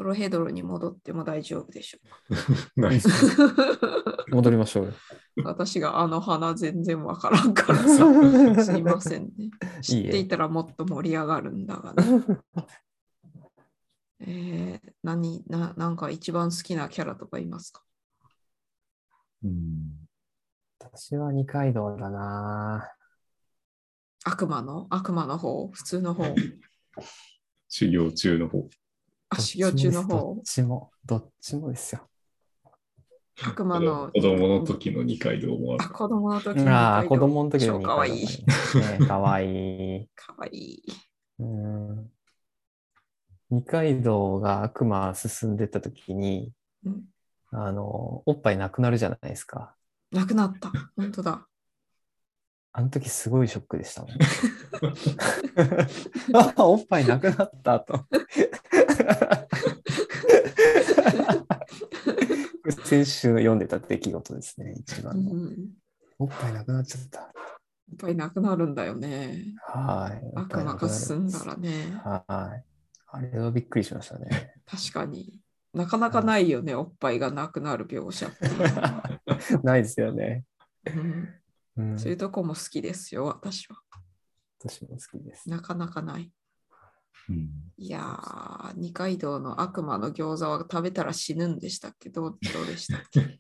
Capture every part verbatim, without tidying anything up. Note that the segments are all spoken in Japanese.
ロヘドロに戻っても大丈夫でしょうか。 戻りましょうよ。 私があの花全然わからんからさ、すいませんね。知っていたらもっと盛り上がるんだがね。えー、何な、なんか一番好きなキャラとかいますか？ うん、 私は二階堂だな。 悪魔の悪魔の方、普通の方。 修行中の方。 あ、修行中の方。 どっちも、どっちもですよ。 悪魔の子供の時の二階堂もある。 あ、子供の時のああ、 二階堂子供の時の超二かわいい。 階堂ね。かわいい。 かわいい。 うん。二階堂が悪魔進んでった時に、 うん、 あの、おっぱいなくなるじゃないですか。 なくなった。本当だ。 あの時すごいショックでしたもん。あ、おっぱいなくなったと。先週読んでた出来事ですね、一番の。うん、おっぱいなくなっちゃった。 おっぱいなくなるんだよね。 はい。 悪魔が進んだらね。 はい。あれはびっくりしましたね。 確かになかなかないよね、おっぱいがなくなる描写っていうのは。 ないですよね、 うんうん。そういうとこも好きですよ、私は。 私も好きです。 なかなかない。 うん、 いやー、二階堂の悪魔の餃子は食べたら死ぬんでしたっけ？どう、どうでしたっけ？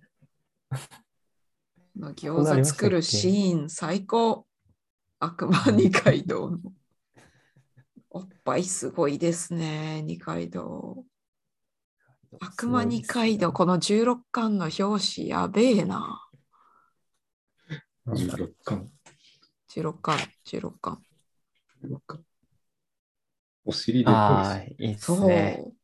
の餃子作るシーン最高。悪魔二階堂の。おっぱいすごいですね、二階堂。悪魔二階堂、このじゅうろっかんの表紙やべえな。 じゅうろっかん。 じゅうろっかん、じゅうろっかん。 じゅうろっかん。お尻出てるし。 ああ、いいっすね。 そう。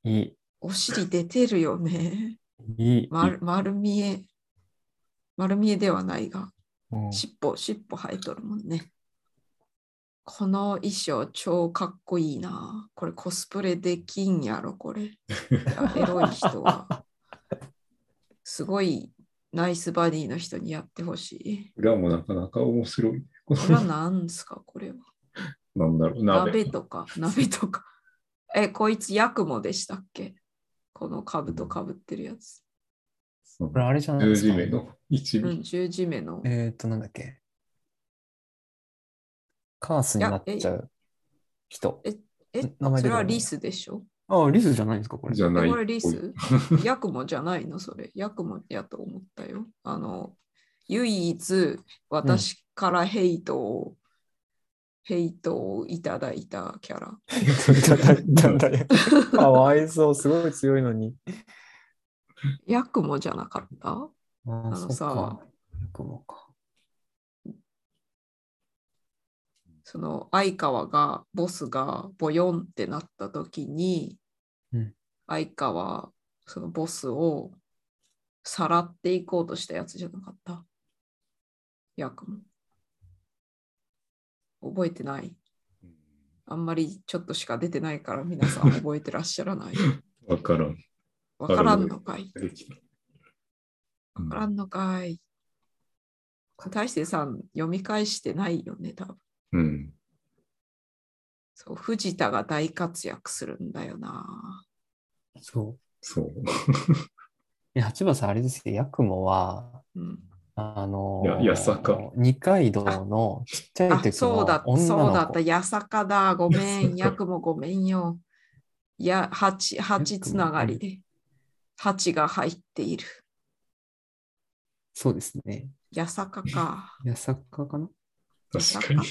いい。 お尻出てるよね。 いい。 丸丸見え。丸見えではないが、 うん、 尻尾、尻尾生えとるもんね。この衣装超かっこいいな。これコスプレできんやろ、これ。いやエロい人は。すごいナイスバディの人にやってほしい。 裏もなかなか面白い。 裏なんすか、これは。 なんだろう、 鍋。鍋とか、鍋とか。え、こいつヤクモでしたっけ？この兜かぶってるやつ。 これあれじゃないですか。 十字目の一尾。 うん、十字目の。 えっと、なんだっけ。カースになっちゃう人。 え、え、 名前それ出てこない。 はリスでしょ？ ああ、リスじゃないんですか、これ。 じゃない。 え、これリス？ヤクモじゃないのそれ。ヤクモやと思ったよ。あの、唯一私からヘイトを、うん、ヘイトをいただいたキャラ。 いただいたんだよ。かわいそう、すごい強いのに。 ヤクモじゃなかった？ ああ、 のさ、 そっか。ヤクモか。 その相川が、ボスがボヨンってなった時に、 うん、 相川、そのボスをさらっていこうとしたやつじゃなかった？ヤクモ。覚えてない？あんまりちょっとしか出てないから皆さん覚えてらっしゃらない。 わからん。 わからんのかい。わからんのかい。大勢さん読み返してないよね、多分。 うん。 そう、藤田が大活躍するんだよな。 そう。 そう。 いや、八幡さん、あれですよ、ヤクモは、 うん、 あのー、や、八坂。 二階堂のちっちゃい時の女の子。 そうだ、そうだった、八坂だ、ごめん、ヤクモごめんよ。いや、八、八つながりで、八が入っている。 そうですね。 八坂か。 八坂かな？ 確かに。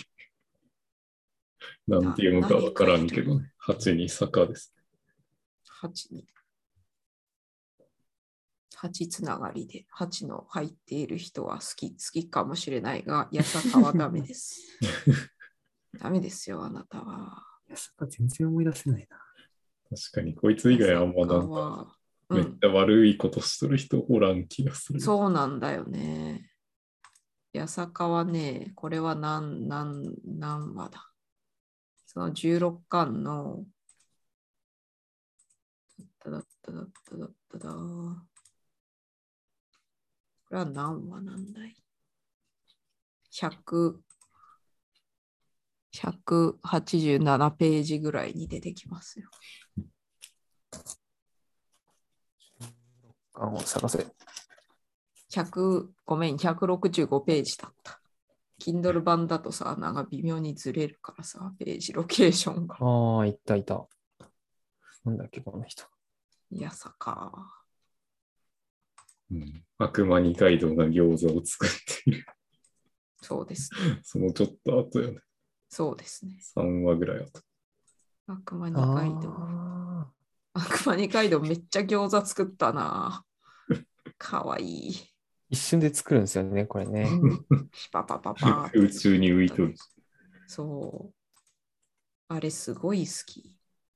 なんて読むかわからんけどね。八に坂です。 八に。八つながりで、八の入っている人は好き、好きかもしれないが、八坂はダメです。ダメですよ、あなたは。 八坂全然思い出せないな。 確かに、こいつ以外あんまなんか、うん、めっちゃ悪いことする人おらん気がする。 そうなんだよね。八坂はね、これは何、何、何話だ。そのじゅうろっかんの、だっただっただっただ。これは何話なんだい？ ひゃく、ひゃくはちじゅうななページぐらいに出てきますよ。 巻を探せ。 ひゃくごめん、ひゃくろくじゅうごページだった。Kindle 版だとさ、なんか微妙にずれるからさ、ページロケーションが。 ああ、いたいた。なんだっけ、この人。 いやさか。 うん、悪魔二階堂が餃子を作っている。 そうですね。 そのちょっと後よね。 そうですね。 さんわぐらい後。 悪魔二階堂。 あ悪魔二階堂めっちゃ餃子作ったな。かわいい。 一瞬で作るんですよね、これね。 パパパパ宇宙に浮いとる。 そう。あれすごい好き。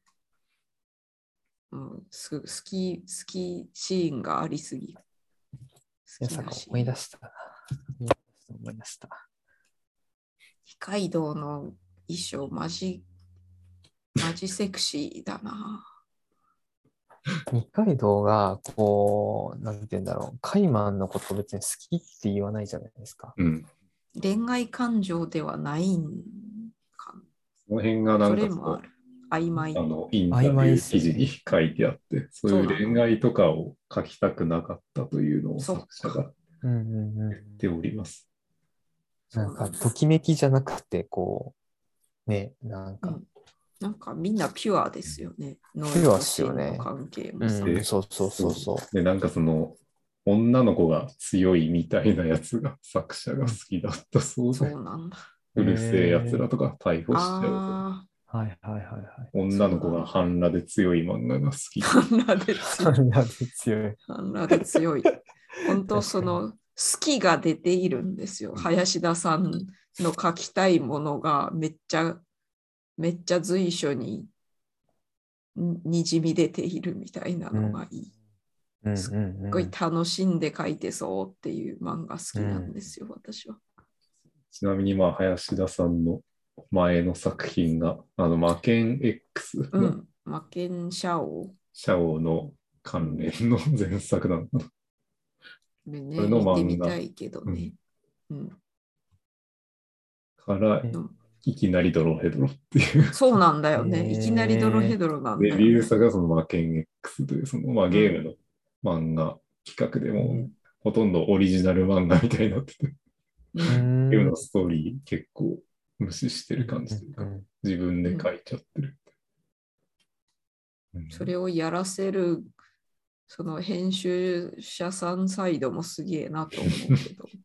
うん、す好き、好きシーンがありすぎ。 皆さん思い出したな。思い出した。 二階堂の衣装マジ、マジセクシーだな。 二階堂が、こう、なんて言うんだろう、カイマンのこと別に好きって言わないじゃないですか。 うん。 恋愛感情ではないんか。 その辺がなんかそれもある。曖昧。 あのインタビュー記事に書いてあって、そういう恋愛とかを書きたくなかったというのを作者が言っております。 なんか、ときめきじゃなくて、こう、ね、なんか、 うん、なんかみんなピュアですよね。 ピュアですよね。 関係もさ、 うん、そうそうそうそう。 で、なんかその、女の子が強いみたいなやつが作者が好きだったそうで、 そうなんだ。 うるせえやつらとか逮捕しちゃう。 はいはいはいはい。 女の子が半裸で強い漫画が好き。 半裸で強い。 半裸で強い。 半裸で強い。本当その好きが出ているんですよ。林田さんの書きたいものがめっちゃめっちゃ随所ににじみ出ているみたいなのがいい。 うん、 すっごい楽しんで書いてそうっていう漫画好きなんですよ、うん、私は。 ちなみにまあ林田さんの前の作品があの魔剣 X の、 うん、魔剣シャオシャオの関連の前作なのかな。 これね、 これの漫画見てみたいけどね。うんうん、 から、いきなりドロヘドロっていう。 そうなんだよね。いきなりドロヘドロなんだよ、ね。 デビュー作がその魔剣 X というその、まあ、ゲームの漫画企画でも、うん、ほとんどオリジナル漫画みたいになってて、ゲームのストーリー結構無視してる感じというか、うん、自分で書いちゃってる。 うん、それをやらせるその編集者さんサイドもすげえなと思うけど。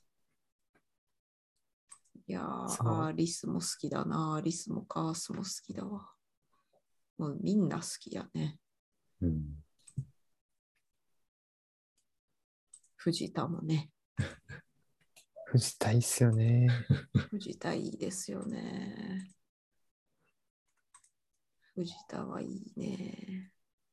いやー、アリスも好きだな。アリスもカースも好きだわ。もうみんな好きやね。 うん、 藤田もね。 藤田いいっすよね。 藤田いいですよね。藤田はいいね。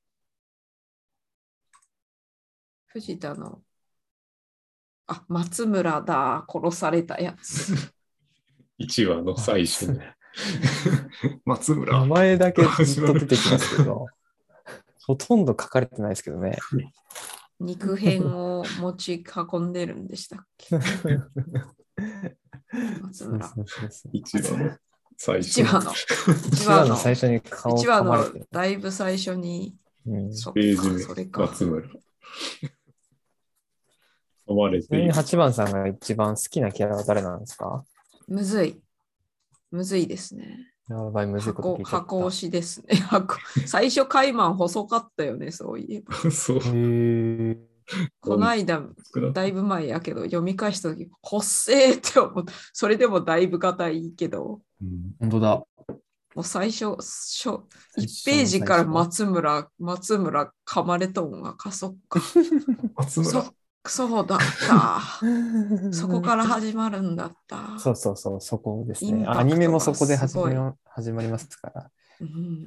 藤田の、あ、松村だ。殺されたやつ。 いちわの最初に。松村。 名前だけずっと出てきますけど、ほとんど書かれてないですけどね。 肉片を持ち運んでるんでしたっけ松村。 いちわの最初。 いちわの。 いちわの最初に顔を噛まれてる。 いちわのだいぶ最初に。 うん、そっか、それか。松村。 ちなみにはちばんさんが一番好きなキャラは誰なんですか？ むずい。むずいですね。 やばい、むずいこと聞いちゃった。 箱推しですね。箱最初、カイマン細かったよね、そういえば。 そう。 へこの間、だいぶ前やけど、読み返したとき、細えって思う。それでもだいぶ硬いけど。 うん、本当だ。 もう最初、いちページから松村、松村噛まれとんがかそっか。 松村。 そそうだった。そこから始まるんだった。 そうそうそう、そこですね。アニメもそこで始まり始まりますから、 うん。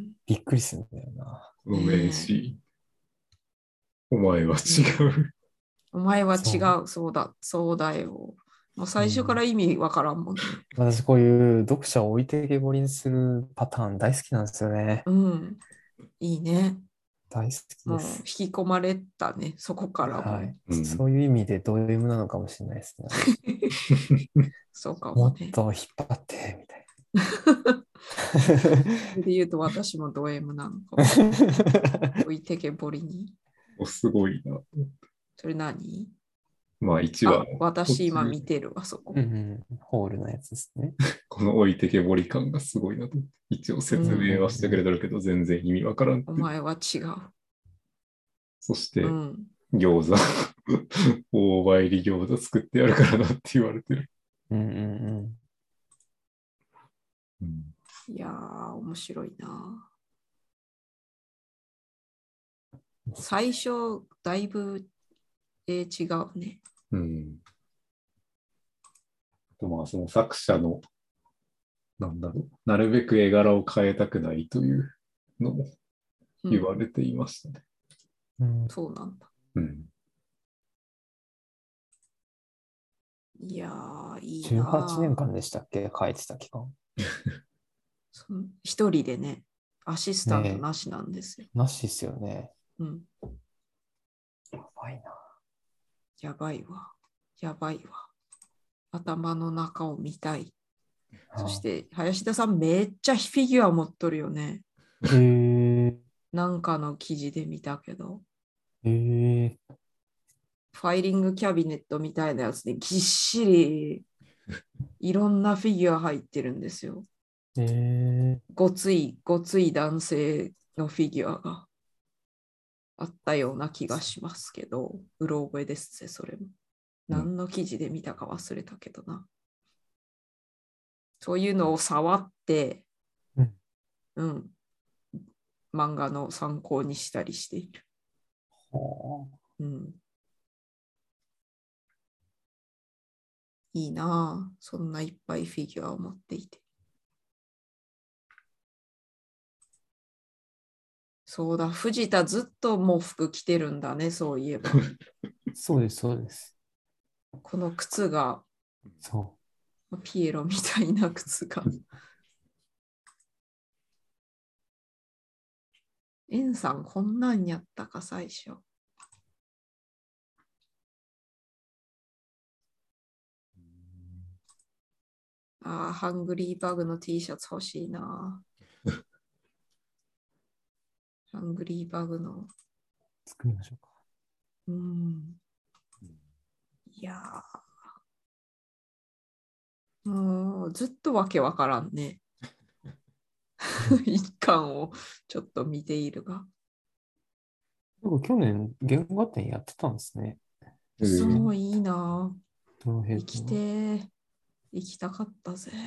びっくりするんだよな。 うめえし。お前は違う。 お前は違う。そうだ、そうだよ。もう最初から意味わからんもんね、 うん。私こういう読者を置いてけぼりにするパターン大好きなんですよね。 うん。いいね。 大好きです。 もう引き込まれたね、そこからも。 はいうん、そういう意味でド M なのかもしれないですね。 そうかも、 ね、もっと引っ張ってみたいな。 それで言うと私もド M なのかも。置いてけぼりに。 おすごいな。 それ何？ まあいちあわ、 私今見てるわ、そこ。 うんうん、ホールのやつですね。 この置いてけぼり感がすごいなと。一応説明はしてくれてるけど、全然意味わからんってお。前は違う。 そして、 うん、 餃子、大葉入り餃子作ってやるからなって言われてる。 うんうんうん、 いやー、面白いな。最初、だいぶ、えー違うね。 うん。とまあ、その作者の、なんだろう、なるべく絵柄を変えたくないというのも言われていましたね。 うん。 そうなんだ。 うん。 いやー、いいじゅうはちねんかんな。 でしたっけ書いてた期間。 その一人でね、アシスタントなしなんですよ。 なしっすよね。 うん。 やばいな。 やばいわ。やばいわ。頭の中を見たい。そして、林田さんめっちゃフィギュア持っとるよね。 へえなんかの記事で見たけど。 ー。へえー。 ファイリングキャビネットみたいなやつでぎっしりいろんなフィギュア入ってるんですよ。 へえー。 ごつい、ごつい男性のフィギュアがあったような気がしますけど、うろ覚えですね、それも。何の記事で見たか忘れたけどな。そういうのを触って、 うん。 うん、漫画の参考にしたりしている。 はあ。 うん、いいなぁ、そんないっぱいフィギュアを持っていて。そうだ、藤田ずっともう服着てるんだね、そういえば。 そうです、そうです。 この靴が、 そピエロみたいな靴が。エンさん、こんなんやったか、最初。ああ、ハングリーバグの T シャツ欲しいな。ハングリーバグの。 う。作りましょうか。 うん。いやー、もうずっとわけわからんね。一巻をちょっと見ているが。 なんか去年、原画展やってたんですね。 そういいな。 どの辺生きて、行きたかったぜ。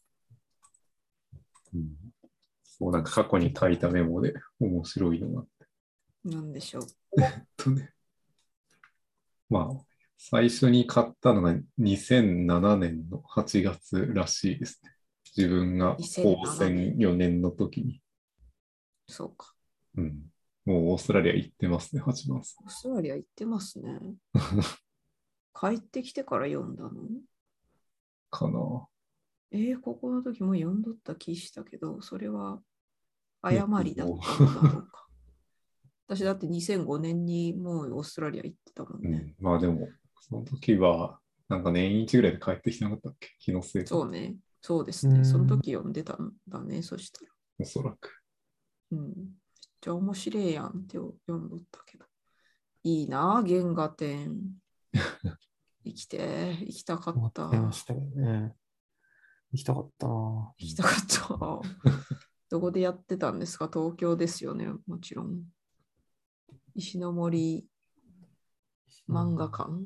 うん、そうなんか過去に書いたメモで面白いのがあって。 なんでしょう。 えっとね、まあ、最初に買ったのがにせんななねんのはちがつらしいですね。自分が高専よねんの時に。 そうか。 うん。もうオーストラリア行ってますね、はちばんさん。 オーストラリア行ってますね。帰ってきてから読んだのかな。 えー、ここの時も読んどった気したけど、それは誤りだっもたのだろうか。私だってにせんごねんにもうオーストラリア行ってたもんう、うね。 ん、まあでも、その時は、なんか年一ぐらいで帰ってきてなかったっけ気のせいか。 そうね。そうですね。その時読んでたんだね。そしたら。 おそらく。 うん。めっちゃ面白いやんって読んどったけど。いいな、原画展。生きて、行きたかった。 終わってましたけどね。行きたかったな。 行きたかった。どこでやってたんですか？東京ですよね、もちろん。石の森漫画館、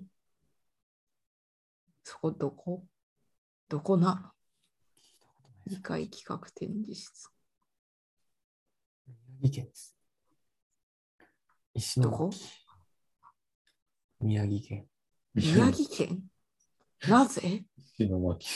そこどこどこなにかい企画展示室。 宮城県です。石どこ？ 巻。宮城県。 宮城県？なぜ？ 石巻。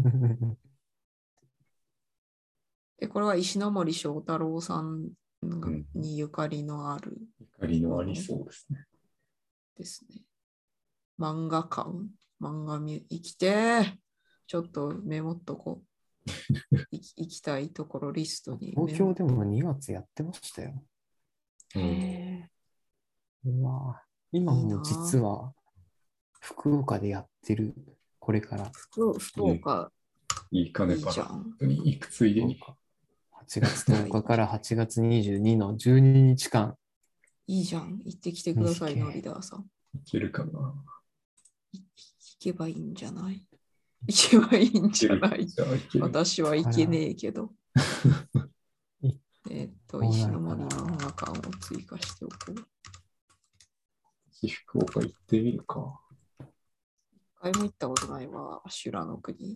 え、これは石ノ森章太郎さんうんにゆかりのあるゆかりのありそうですね。 ですね。漫画館、漫画見、生きて、ちょっとメモっとこう。行き行きたいところリストにメモ。 東京でもにがつやってましたよ。 へえ。 うわ今も実は福岡でやってる、これから。 福福岡、 いい金いいからじゃん。 に行くついでに。 はちがつとおかからはちがつにじゅうにのじゅうににちかんいいじゃん。行ってきてください、 いいっけノリダーさん。 いけるかな。 い行けばいいんじゃない行けばいいんじゃないじゃあいける。 私は行けねえけど。 いえーっと、 どう石なるかなの森漫画館を追加しておこう。 福岡行ってみるか。 一回も行ったことないわ、修羅の国。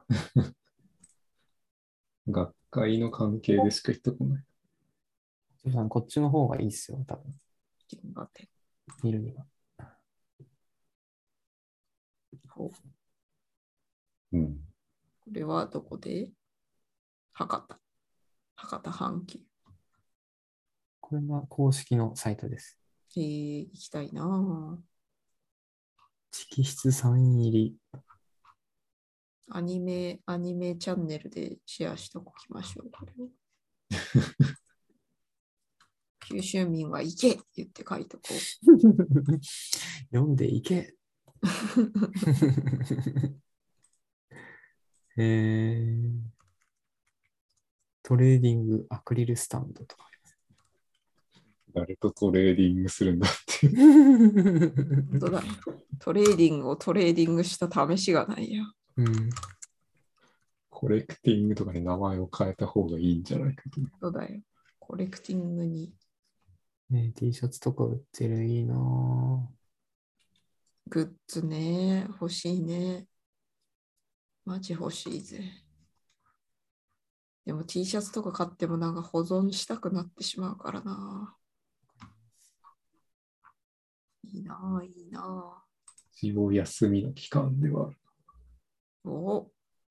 学会の関係でしか行ったことない。 ジョーさん、こっちの方がいいっすよ、多分。 銀河店。 見るには。 ほううん。 これはどこで博多。博多阪急。 これが公式のサイトです。 えー、行きたいなぁ。 直筆サイン入り。 アニメ、アニメチャンネルでシェアしておきましょう。これを九州民は行けって言って書いておこ読んでいけ。えー、トレーディングアクリルスタンドとかあ誰とトレーディングするんだって。 ります。 う。本当だよ。トレーディングをトレーディングした試しがないや。 うん、 コレクティングとかに名前を変えた方がいいんじゃないかと。 本当だよ。コレクティングにね、T シャツとか売ってるいいなぁ。 グッズね。欲しいね。マジ欲しいぜ。でも T シャツとか買ってもなんか保存したくなってしまうからな。いいなぁ、いいな一応休みの期間ではある。 ぁ。お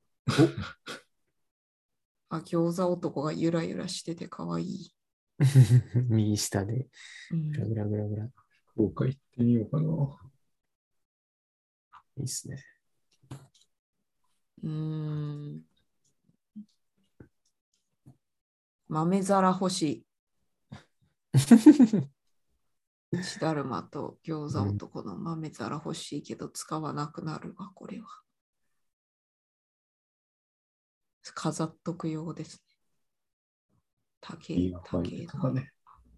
あ、餃子男がゆらゆらしててかわいい。 右下で、 うんぐらぐらぐらぐら。い福岡行ってみようかな。 いっすね。 うーん。豆皿欲しい。血だるまと餃子男の豆皿欲しいけど使わなくなるわ、これは。飾っとくようですね。竹、 ビアファイ竹トとかね。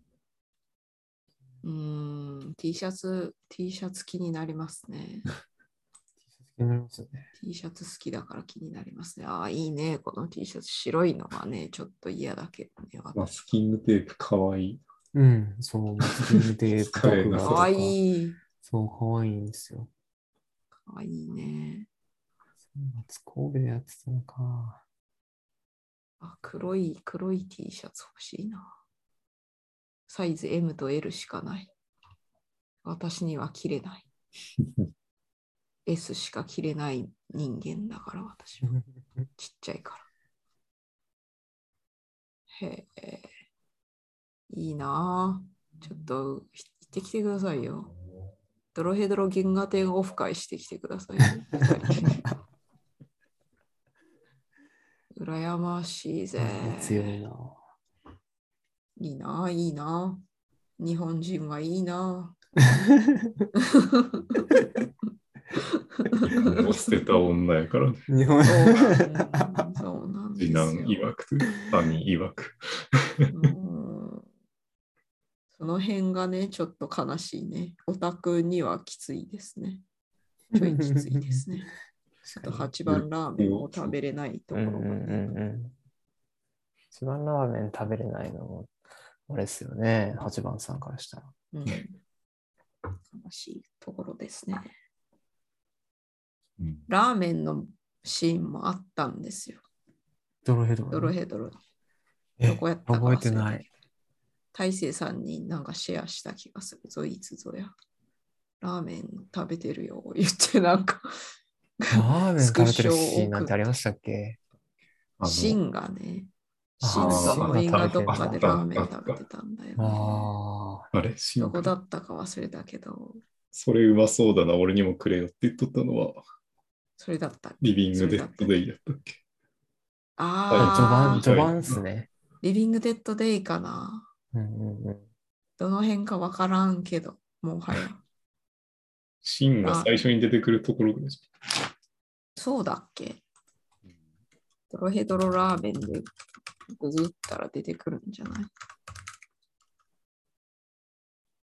うーん、T シャツ、T シャツ気になりますね。 気になりますよね。 T シャツ好きだから気になりますね。ああ、いいね。この T シャツ白いのはね、ちょっと嫌だけどね。 マスキングテープかわいい。 うん、そう、マスキングテープ使えなさかわとか。 いい。 そう、かわいいんですよ。 かわいいね。 松神戸でやってたのか。 あ、黒い、黒い T シャツ欲しいな。サイズ エム と エル しかない。私には着れない。S しか着れない人間だから私は。ちっちゃいから。へえ。いいなぁ。ちょっと行ってきてくださいよ。ドロヘドロ原画展オフ会してきてくださいよ。羨ましいぜ。 強いな。 いいなぁ、いいなぁ。日本人はいいなぁ。 もう捨てた女やからね。 日本そうなんそうなんです次よ。 男曰く、兄曰く。 うんその辺がね、ちょっと悲しいね。オタクにはきついですね。ちょいきついですね。ちょっとはちばんラーメンを食べれないところがね。 うんうんうんうん。一番ラーメン食べれないのも、あれですよね。はちばんさんからしたら。 うん、悲しいところですね。 うんラーメンのシーンもあったんですよ。 ドロヘドロ。 ドロヘドロ。 えどこやったか忘覚えれたけどてない。 大勢さんになんかシェアした気がするぞ、いつぞや。ラーメン食べてるよ、言ってなんかラーメン食べてるシーンなんてありましたっけ？ あのシンがね、 あシンーとアミがどっかでシンがラーメン食べてる食べてたんだよね。 ああ。 あれ、シンクどこだったか忘れたけど、 それうまそうだな、俺にもくれよって言っとったのは、 それだった。 リビングデッドデイイ。 やったっけ。 あ序盤、 あ、 序盤っすね。 リビングデッドデイかな。 うんうんうん。 どの辺かわからんけど、もはや。 シンが最初に出てくるところぐらい。 そうだっけドロヘドロラーメンでググったら出てくるんじゃない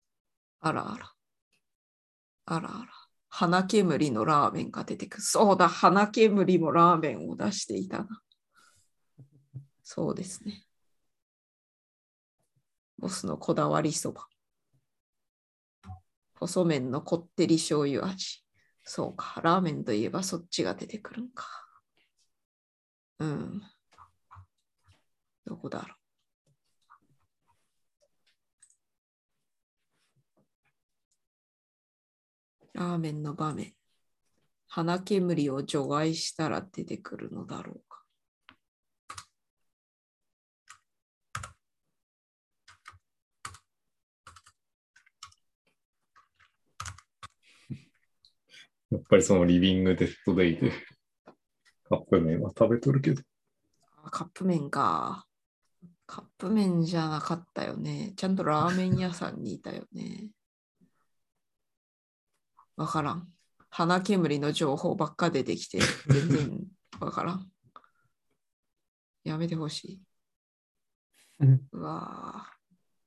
あらあら。あらあら。花煙のラーメンが出てくる。そうだ、花煙もラーメンを出していたな。そうですね。ボスのこだわりそば。細麺のこってり醤油味。そうか、ラーメンといえばそっちが出てくるんか。うん。どこだろう。ラーメンの場面。花煙を除外したら出てくるのだろうか。 やっぱりそのリビングデッドデイでカップ麺は食べとるけど。 カップ麺か。カップ麺じゃなかったよね。ちゃんとラーメン屋さんにいたよね。わからん。花煙の情報ばっか出てきて、全然わからん。やめてほしい。 うん。 うわぁ。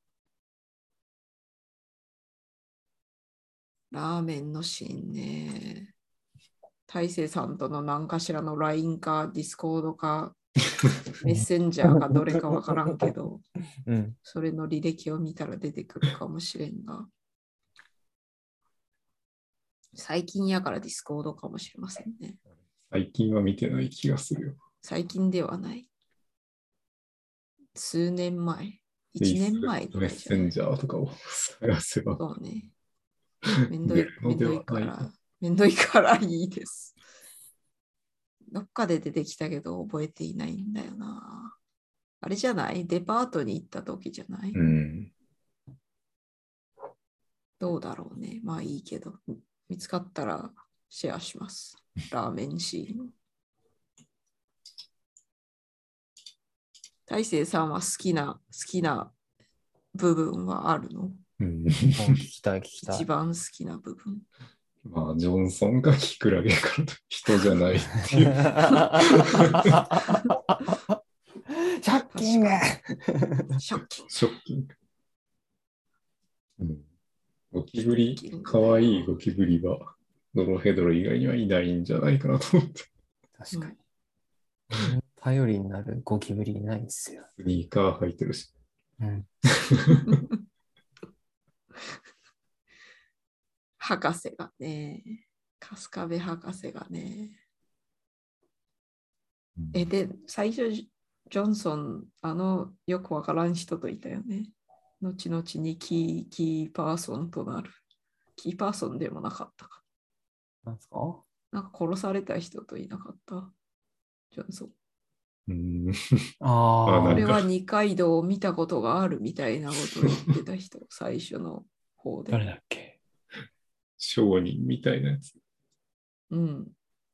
ラーメンのシーンね。大勢さんとの何かしらの ライン かディスコードかメッセンジャーかどれかわからんけど、 うん。 それの履歴を見たら出てくるかもしれんが、最近やからディスコードかもしれませんね。 最近は見てない気がするよ。 最近ではない。数年前。いちねんまえとメッかじゃない。 センジャーとかを探せばそうね。めんどい出る、のめんどいではない。 から、めんどいからいいです。どっかで出てきたけど覚えていないんだよな。あれじゃないデパートに行った時じゃない、 うん。 どうだろうね。まあいいけど、見つかったらシェアします。ラーメンシーン。大勢さんは好きな、好きな部分はあるの？ うん、 聞きたい、聞きたい。 一番好きな部分。 まあ、ジョンソンがキクラゲから人じゃないっていう。 ショッキングショッキング。 ショッキング。うん、ゴキブリショッキン、グかわいいゴキブリがドロヘドロ以外にはいないんじゃないかなと思って。 確かに。うん、頼りになるゴキブリいないんですよ。 スニーカー履いてるし。 うん、 博士がね、春日部博士がね。え、で、最初、ジョンソン、あの、よくわからん人といたよね。後々にキー、キーパーソンとなる。キーパーソンでもなかったか。 なんですか？ なんか殺された人といなかった。ジョンソン。 うん、 ああ、 あなんかこれは二階堂を見たことがあるみたいなことを言ってた人、最初の方で。 誰だっけ？ 商人みたいなやつ。 うん。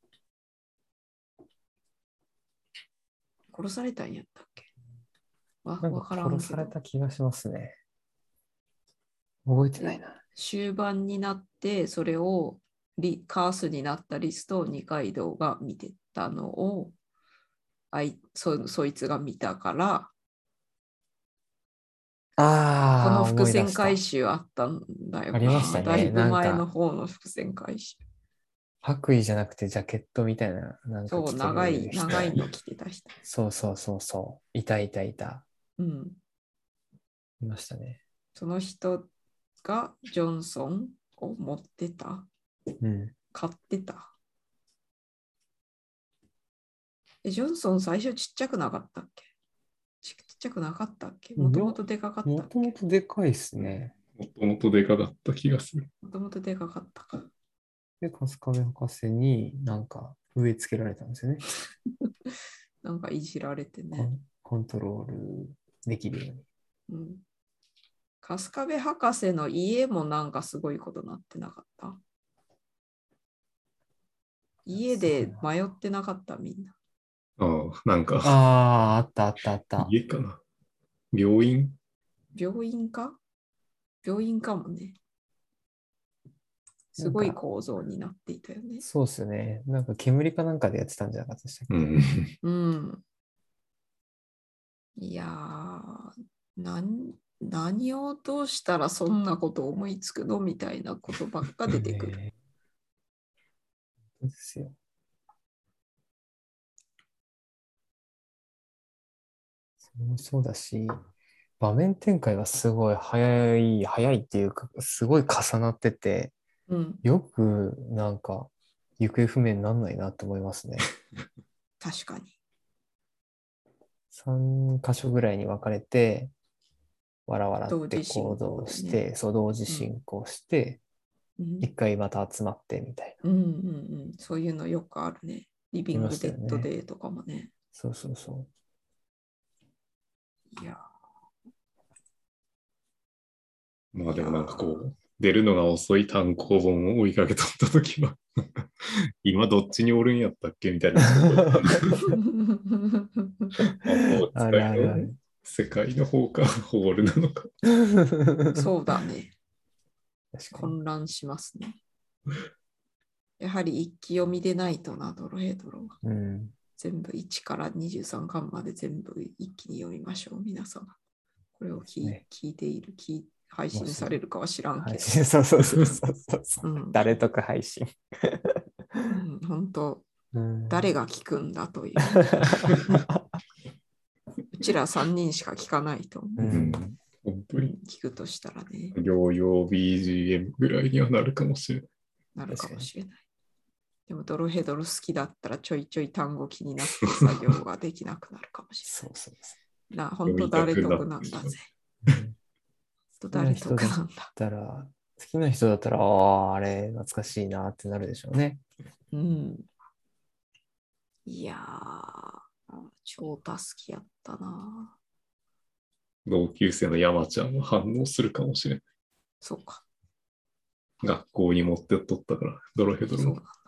殺されたんやったっけ？わ、 なんわか殺からんけど。 された気がしますね。覚えてないな。 終盤になって、それをリカースになったリストを二階堂が見てたのを、あい そ, そいつが見たから、そああ、 の伏思い出した。 線回収あったんだよな。 ありましたねだいぶ前のなんか方の伏線回収。 白衣じゃなくてジャケットみたいな、なんかそう、 着て長い、 る人。 長いの着てた人。 そうそうそうそう。いたいたいた。 うん。 いましたね。 その人がジョンソンを持ってた。 うん。 買ってた。え、ジョンソン最初ちっちゃくなかったっけ？ちちっちゃくなかったっけ？もともとでかかったっけ？ もともとでかいっすね。 もともとでかかった気がする。 もともとでかかったか。 で、春日部博士になんか植え付けられたんですよね。 なんかいじられてね。 コンコントロールできるように。 うん。春日部博士の家もなんかすごいことなってなかった？家で迷ってなかったみんな。 ああ、なんか、 ああ、あったあったあった。 家かな。病院病院か病院かもね。すごいなんか構造になっていたよね。 そうっすよね。なんか煙かなんかでやってたんじゃなかったでしたっけ？ うん。 うん。いやー、なん、 何をどうしたらそんなこと思いつくのみたいなことばっか出てくる。 ねそうですよ。それもそうだし、場面展開がすごい早い、早いっていうか、すごい重なってて、 うん、 よくなんか行方不明にならないなって思いますね。 確かに。 さん箇所ぐらいに分かれて、わらわらって同時進行行でね。 動して、そう、同時進行して、 うん一回また集まってみたいな。 うんうんうん、そういうのよくあるね。リビングデッドいまデーとかもね。 そうそうそいや、 まあでもなんかこう、出るのが遅い単行本を追いかけとったときは、今どっちにおるんやったっけみたいな。魔法う。あ使いのるあるある。 世界の方か、ホールなのか。 そうだね。 確かに。 混乱しますね。やはり一気読みでないとな、ドロヘドロは。 うん。 全部いちからにじゅうさんかんまで全部一気に読みましょう、皆様。これを聞,、 ね、 聞いている聞い、配信されるかは知らんけど。 そうそうそうそうそう、 うん、 誰とか配信。 うん、本当、 うん、 誰が聞くんだという。うちらさんにんしか聞かないと思う。 うん、 本当に。 聞くとしたらね。 療養 ビージーエム ぐらいにはなるかもしれない。 なるかもしれない。でもドロヘドロ好きだったらちょいちょい単語気になって作業ができなくなるかもしれない。 そうそうそな、本当誰得なんだぜ。 う。 本当誰得なんだ。 だら好きな人だったら、ああ、あれ、懐かしいなってなるでしょうね。 うん。いやー、超助きやったな。 同級生の山ちゃんは反応するかもしれない。 そうか。 学校に持ってっとったから、ドロヘドロ。 そうなんだ。